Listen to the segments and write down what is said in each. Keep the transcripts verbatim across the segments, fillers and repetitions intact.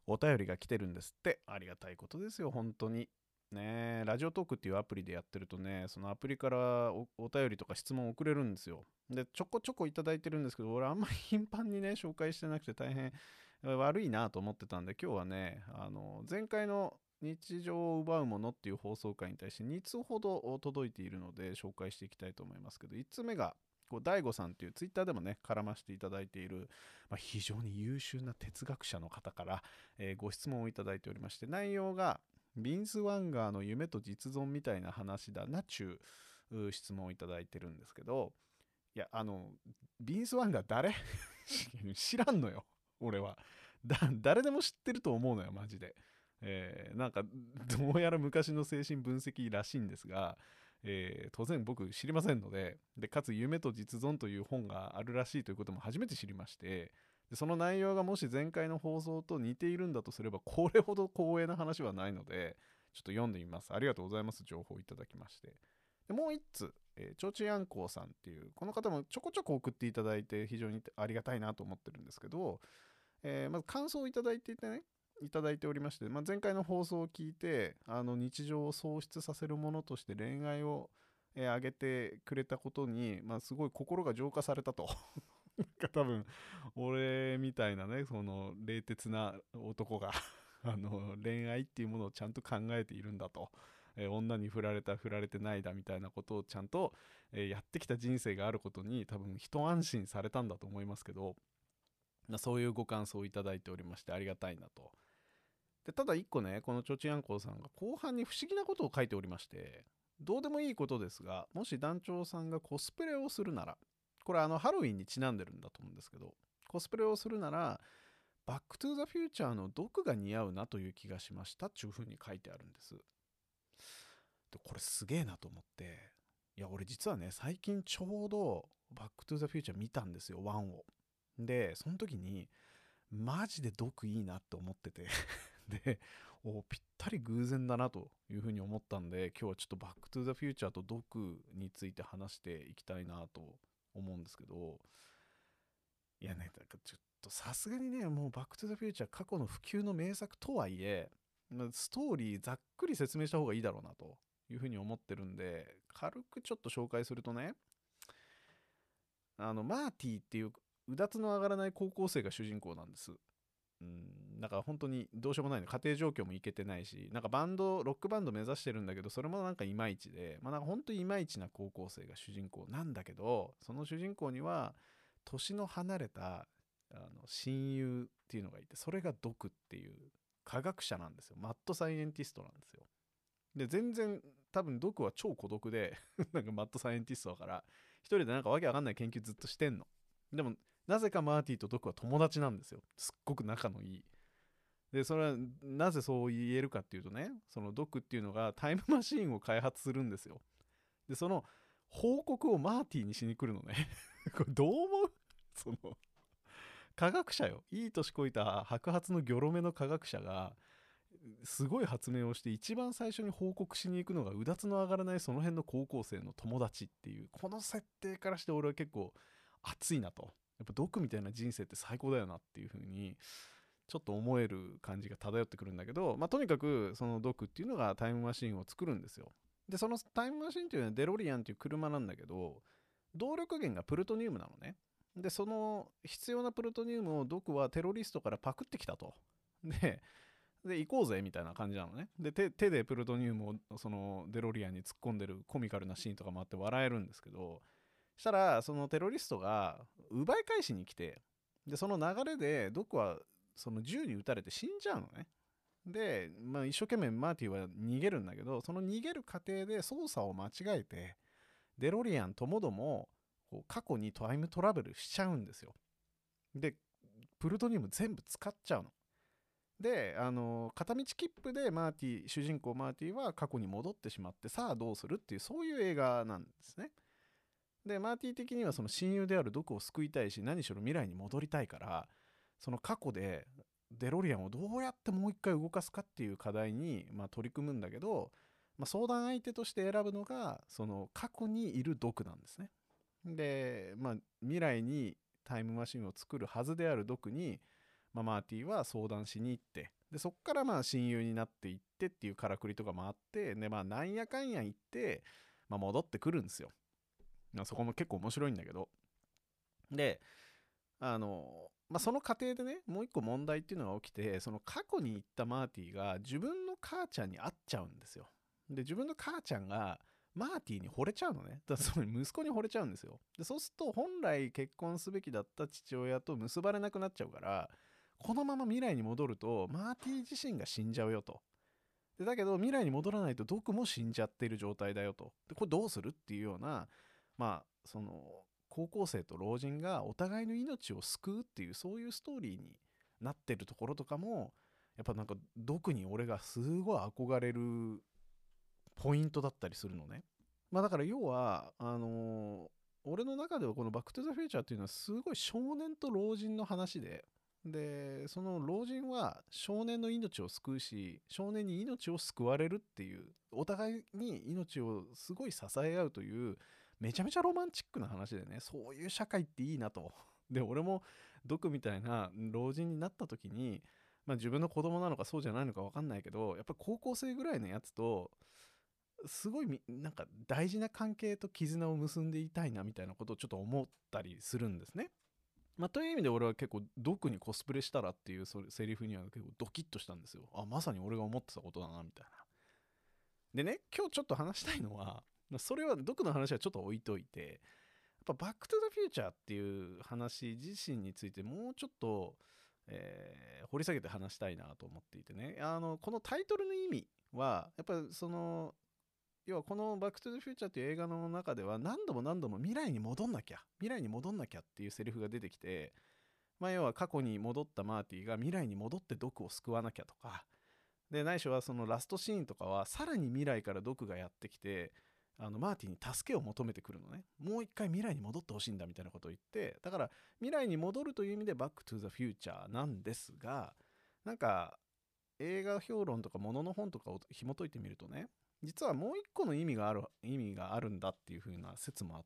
お便りが来てるんですって。ありがたいことですよ、本当に。ねえ、ラジオトークっていうアプリでやってるとね、そのアプリからおお便りとか質問を送れるんですよ。で、ちょこちょこいただいてるんですけど、俺あんまり頻繁にね、紹介してなくて大変悪いなと思ってたんで、今日はね、あの、前回の日常を奪うものっていう放送回に対してに通ほど届いているので紹介していきたいと思いますけど、いちつ目が、こう大悟さんっていうツイッターでもね、絡ませていただいている、まあ、非常に優秀な哲学者の方から、えーご質問をいただいておりまして、内容が、ビンス・ワンガーの夢と実存みたいな話だなっちゅう質問をいただいてるんですけど、いや、あの、ビンス・ワンガー誰知らんのよ、俺は。だ、誰でも知ってると思うのよ、マジで。えーなんか、どうやら昔の精神分析らしいんですが、えー当然僕知りませんので、で、かつ夢と実存という本があるらしいということも初めて知りまして、でその内容がもし前回の放送と似ているんだとすれば、これほど光栄な話はないので、ちょっと読んでみます。ありがとうございます。情報いただきまして。でもう一つ、えー、ちょうちやんこうさんっていう、この方もちょこちょこ送っていただいて非常にありがたいなと思ってるんですけど、えーまず感想をいただいていてね、いただいておりまして、まあ、前回の放送を聞いて、あの日常を喪失させるものとして恋愛を、えー、挙げてくれたことに、まあ、すごい心が浄化されたと。多分俺みたいなね、その冷徹な男があの恋愛っていうものをちゃんと考えているんだと、えー女に振られた振られてないだみたいなことをちゃんと、えーやってきた人生があることに多分一安心されたんだと思いますけど、まあそういうご感想をいただいておりましてありがたいなと。でただ一個ね、このちょちやんこうさんが後半に不思議なことを書いておりまして、どうでもいいことですが、もし団長さんがコスプレをするなら、これあのハロウィンにちなんでるんだと思うんですけど、コスプレをするならバックトゥーザフューチャーの毒が似合うなという気がしましたっていう風に書いてあるんです。でこれすげえなと思って、いや俺実はね最近ちょうどバックトゥーザフューチャー見たんですよ、ワンを。でその時にマジで毒いいなって思っててでおぴったり偶然だなというふうに思ったんで、今日はちょっとバックトゥーザフューチャーと毒について話していきたいなと思うんですけど、いやね、なんかちょっとさすがにね、もうバックトゥザフューチャー過去の普及の名作とはいえ、まあストーリーざっくり説明した方がいいだろうなというふうに思ってるんで、軽くちょっと紹介するとね、あの、マーティっていううだつの上がらない高校生が主人公なんです。うん、だから本当にどうしようもないの。家庭状況もいけてないし、なんかバンド、ロックバンド目指してるんだけど、それもなんかいまいちで、まあなんか本当にいまいちな高校生が主人公なんだけど、その主人公には、年の離れたあの親友っていうのがいて、それがドクっていう科学者なんですよ。マッドサイエンティストなんですよ。で、全然多分ドクは超孤独でなんかマッドサイエンティストだから、一人でなんかわけわかんない研究ずっとしてんの。でも、なぜかマーティとドクは友達なんですよ。すっごく仲のいい。で、それはなぜそう言えるかっていうとね、そのドクっていうのがタイムマシーンを開発するんですよ。で、その報告をマーティにしに来るのね。これどう思う？その科学者よ。いい年こいた白髪のギョロ目の科学者がすごい発明をして一番最初に報告しに行くのがうだつの上がらないその辺の高校生の友達っていう、この設定からして俺は結構熱いなと。やっぱドクみたいな人生って最高だよなっていう風にちょっと思える感じが漂ってくるんだけど、まあ、とにかくそのドクっていうのがタイムマシンを作るんですよ。でそのタイムマシンっていうのはデロリアンっていう車なんだけど、動力源がプルトニウムなのね。でその必要なプルトニウムをドクはテロリストからパクってきたと。でで行こうぜみたいな感じなのね。で 手, 手でプルトニウムをそのデロリアンに突っ込んでるコミカルなシーンとかもあって笑えるんですけど、したらそのテロリストが奪い返しに来て、でその流れでドクはその銃に撃たれて死んじゃうのね。で、まあ、一生懸命マーティは逃げるんだけど、その逃げる過程で操作を間違えてデロリアンともどもこう過去にタイムトラベルしちゃうんですよ。でプルトニウム全部使っちゃうの。であの片道切符でマーティ主人公マーティは過去に戻ってしまって、さあどうするっていう、そういう映画なんですね。でマーティ的にはその親友であるドクを救いたいし、何しろ未来に戻りたいから、その過去でデロリアンをどうやってもう一回動かすかっていう課題に、まあ、取り組むんだけど、まあ、相談相手として選ぶのがその過去にいるドクなんですね。で、まあ、未来にタイムマシンを作るはずであるドクに、 まあ、マーティは相談しに行って、でそっからまあ親友になっていってっていうからくりとかもあって、でまあなんやかんや言って、まあ、戻ってくるんですよ。まあそこも結構面白いんだけど、であのまあ、その過程でね、もう一個問題っていうのが起きて、その過去に行ったマーティが自分の母ちゃんに会っちゃうんですよ。で自分の母ちゃんがマーティに惚れちゃうのね。だからその息子に惚れちゃうんですよ。でそうすると本来結婚すべきだった父親と結ばれなくなっちゃうから、このまま未来に戻るとマーティ自身が死んじゃうよと。でだけど未来に戻らないとドクも死んじゃっている状態だよと。でこれどうするっていうような、まあその高校生と老人がお互いの命を救うっていう、そういうストーリーになってるところとかも、やっぱなんかドクに俺がすごい憧れるポイントだったりするのね。まあだから要はあのー俺の中ではこのバックトゥザフューチャーっていうのはすごい少年と老人の話で、でその老人は少年の命を救うし、少年に命を救われるっていう、お互いに命をすごい支え合うというめちゃめちゃロマンチックな話でね、そういう社会っていいなと。で俺もドクみたいな老人になった時に、まあ自分の子供なのかそうじゃないのか分かんないけど、やっぱ高校生ぐらいのやつとすごいなんか大事な関係と絆を結んでいたいなみたいなことをちょっと思ったりするんですね。まあ、という意味で俺は結構ドクにコスプレしたらっていうそれセリフには結構ドキッとしたんですよ。あ、まさに俺が思ってたことだなみたいな。でね、今日ちょっと話したいのは、それはドクの話はちょっと置いといて、やっぱバックトゥザフューチャーっていう話自身についてもうちょっと、えー掘り下げて話したいなと思っていてね、あのこのタイトルの意味はやっぱその要はこのバックトゥザフューチャーっていう映画の中では何度も何度も未来に戻んなきゃ未来に戻んなきゃっていうセリフが出てきて、まあ要は過去に戻ったマーティが未来に戻ってドクを救わなきゃとかで、ないしはそのラストシーンとかはさらに未来からドクがやってきて、あのマーティに助けを求めてくるのね。もう一回未来に戻ってほしいんだみたいなことを言って、だから未来に戻るという意味でバックトゥザフューチャーなんですが、なんか映画評論とかものの本とかを紐解いてみるとね、実はもう一個の意味がある意味があるんだっていう風な説もあって、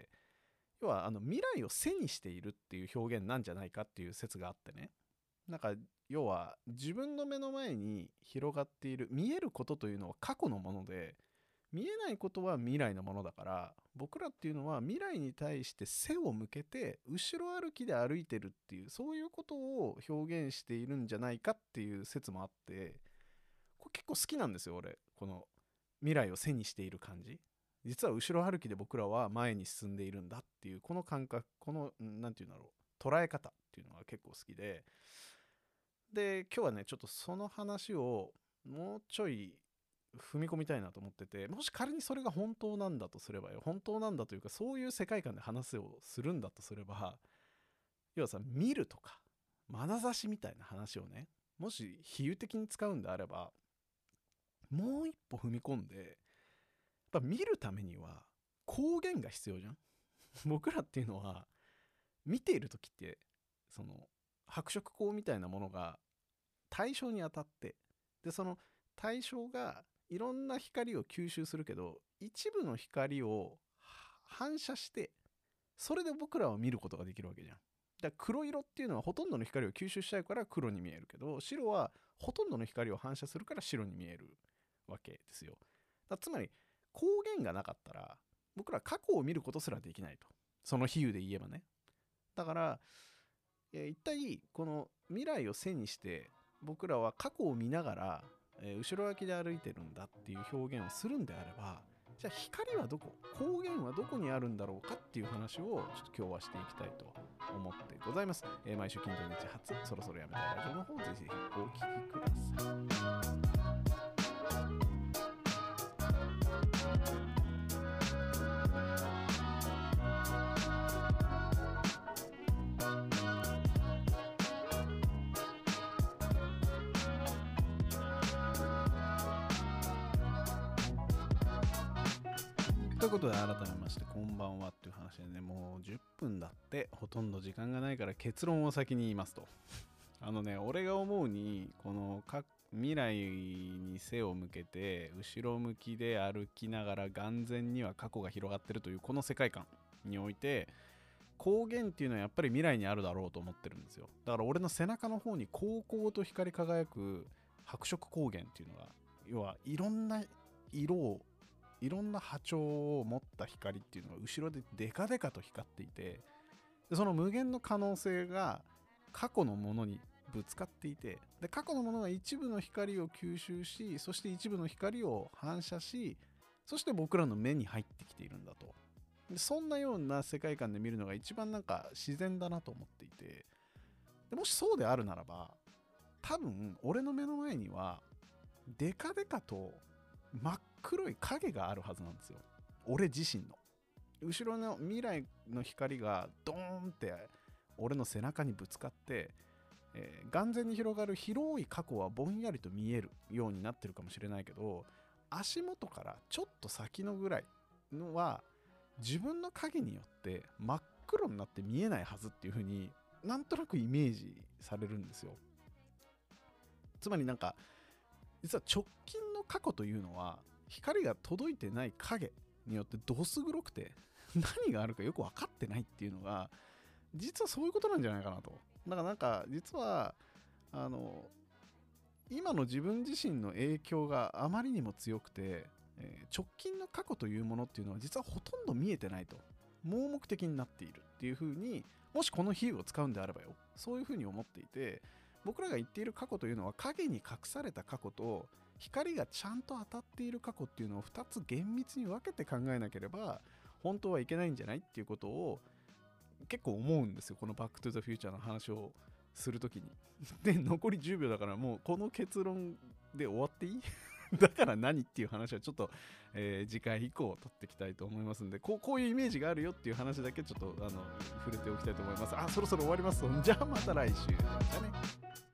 要はあの未来を背にしているっていう表現なんじゃないかっていう説があってね、なんか要は自分の目の前に広がっている見えることというのは過去のもので、見えないことは未来のものだから、僕らっていうのは未来に対して背を向けて後ろ歩きで歩いてるっていう、そういうことを表現しているんじゃないかっていう説もあって、これ結構好きなんですよ俺。この未来を背にしている感じ、実は後ろ歩きで僕らは前に進んでいるんだっていうこの感覚、この何て言うんだろう、捉え方っていうのが結構好きで、で今日はねちょっとその話をもうちょい踏み込みたいなと思ってて、もし仮にそれが本当なんだとすればよ、本当なんだというかそういう世界観で話をするんだとすれば、要はさ、見るとか眼差しみたいな話をね、もし比喩的に使うんであれば、もう一歩踏み込んで、やっぱ見るためには光源が必要じゃん。僕らっていうのは見ている時って、その白色光みたいなものが対象に当たって、でその対象がいろんな光を吸収するけど、一部の光を反射してそれで僕らは見ることができるわけじゃん。だから黒色っていうのはほとんどの光を吸収しちゃうから黒に見えるけど、白はほとんどの光を反射するから白に見えるわけですよ。だつまり光源がなかったら僕ら過去を見ることすらできないと、その比喩で言えばね。だから一体この未来を背にして僕らは過去を見ながら、えー後ろ脇で歩いてるんだっていう表現をするんであれば、じゃあ光はどこ、光源はどこにあるんだろうかっていう話をちょっと今日はしていきたいと思ってございます。えー毎週金土日初そろそろやめたいラジオの方ぜひぜひお聞きください。ということで改めましてこんばんはっていう話でね、もうじゅっぷんだってほとんど時間がないから結論を先に言いますと、あのね、俺が思うにこのか未来に背を向けて後ろ向きで歩きながら眼前には過去が広がってるというこの世界観において、 光源っていうのはやっぱり未来にあるだろうと思ってるんですよ。だから俺の背中の方に光光と光り輝く白色光源っていうのが、要はいろんな色を、いろんな波長を持った光っていうのが後ろでデカデカと光っていて、でその無限の可能性が過去のものにぶつかっていて、で過去のものが一部の光を吸収し、そして一部の光を反射し、そして僕らの目に入ってきているんだと。でそんなような世界観で見るのが一番なんか自然だなと思っていて、でもしそうであるならば、多分俺の目の前にはデカデカと真っ黒い影があるはずなんですよ。俺自身の後ろの未来の光がドーンって俺の背中にぶつかって、えー、眼前に広がる広い過去はぼんやりと見えるようになってるかもしれないけど、足元からちょっと先のぐらいのは自分の影によって真っ黒になって見えないはずっていう風になんとなくイメージされるんですよ。つまりなんか実は直近の過去というのは光が届いてない影によってどす黒くて何があるかよく分かってないっていうのが実はそういうことなんじゃないかなと。だからなんか実はあの今の自分自身の影響があまりにも強くて、えー直近の過去というものっていうのは実はほとんど見えてないと、盲目的になっているっていう風に、もしこの比喩を使うんであればよ、そういう風に思っていて、僕らが言っている過去というのは影に隠された過去と光がちゃんと当たっている過去っていうのをふたつ厳密に分けて考えなければ本当はいけないんじゃないっていうことを結構思うんですよ、このバックトゥザフューチャーの話をするときに。で残りじゅうびょうだからもうこの結論で終わっていいだから何っていう話はちょっと、えー次回以降取っていきたいと思いますんで、こう、こういうイメージがあるよっていう話だけちょっとあの触れておきたいと思います。あ、そろそろ終わります。じゃあまた来週。じゃあね。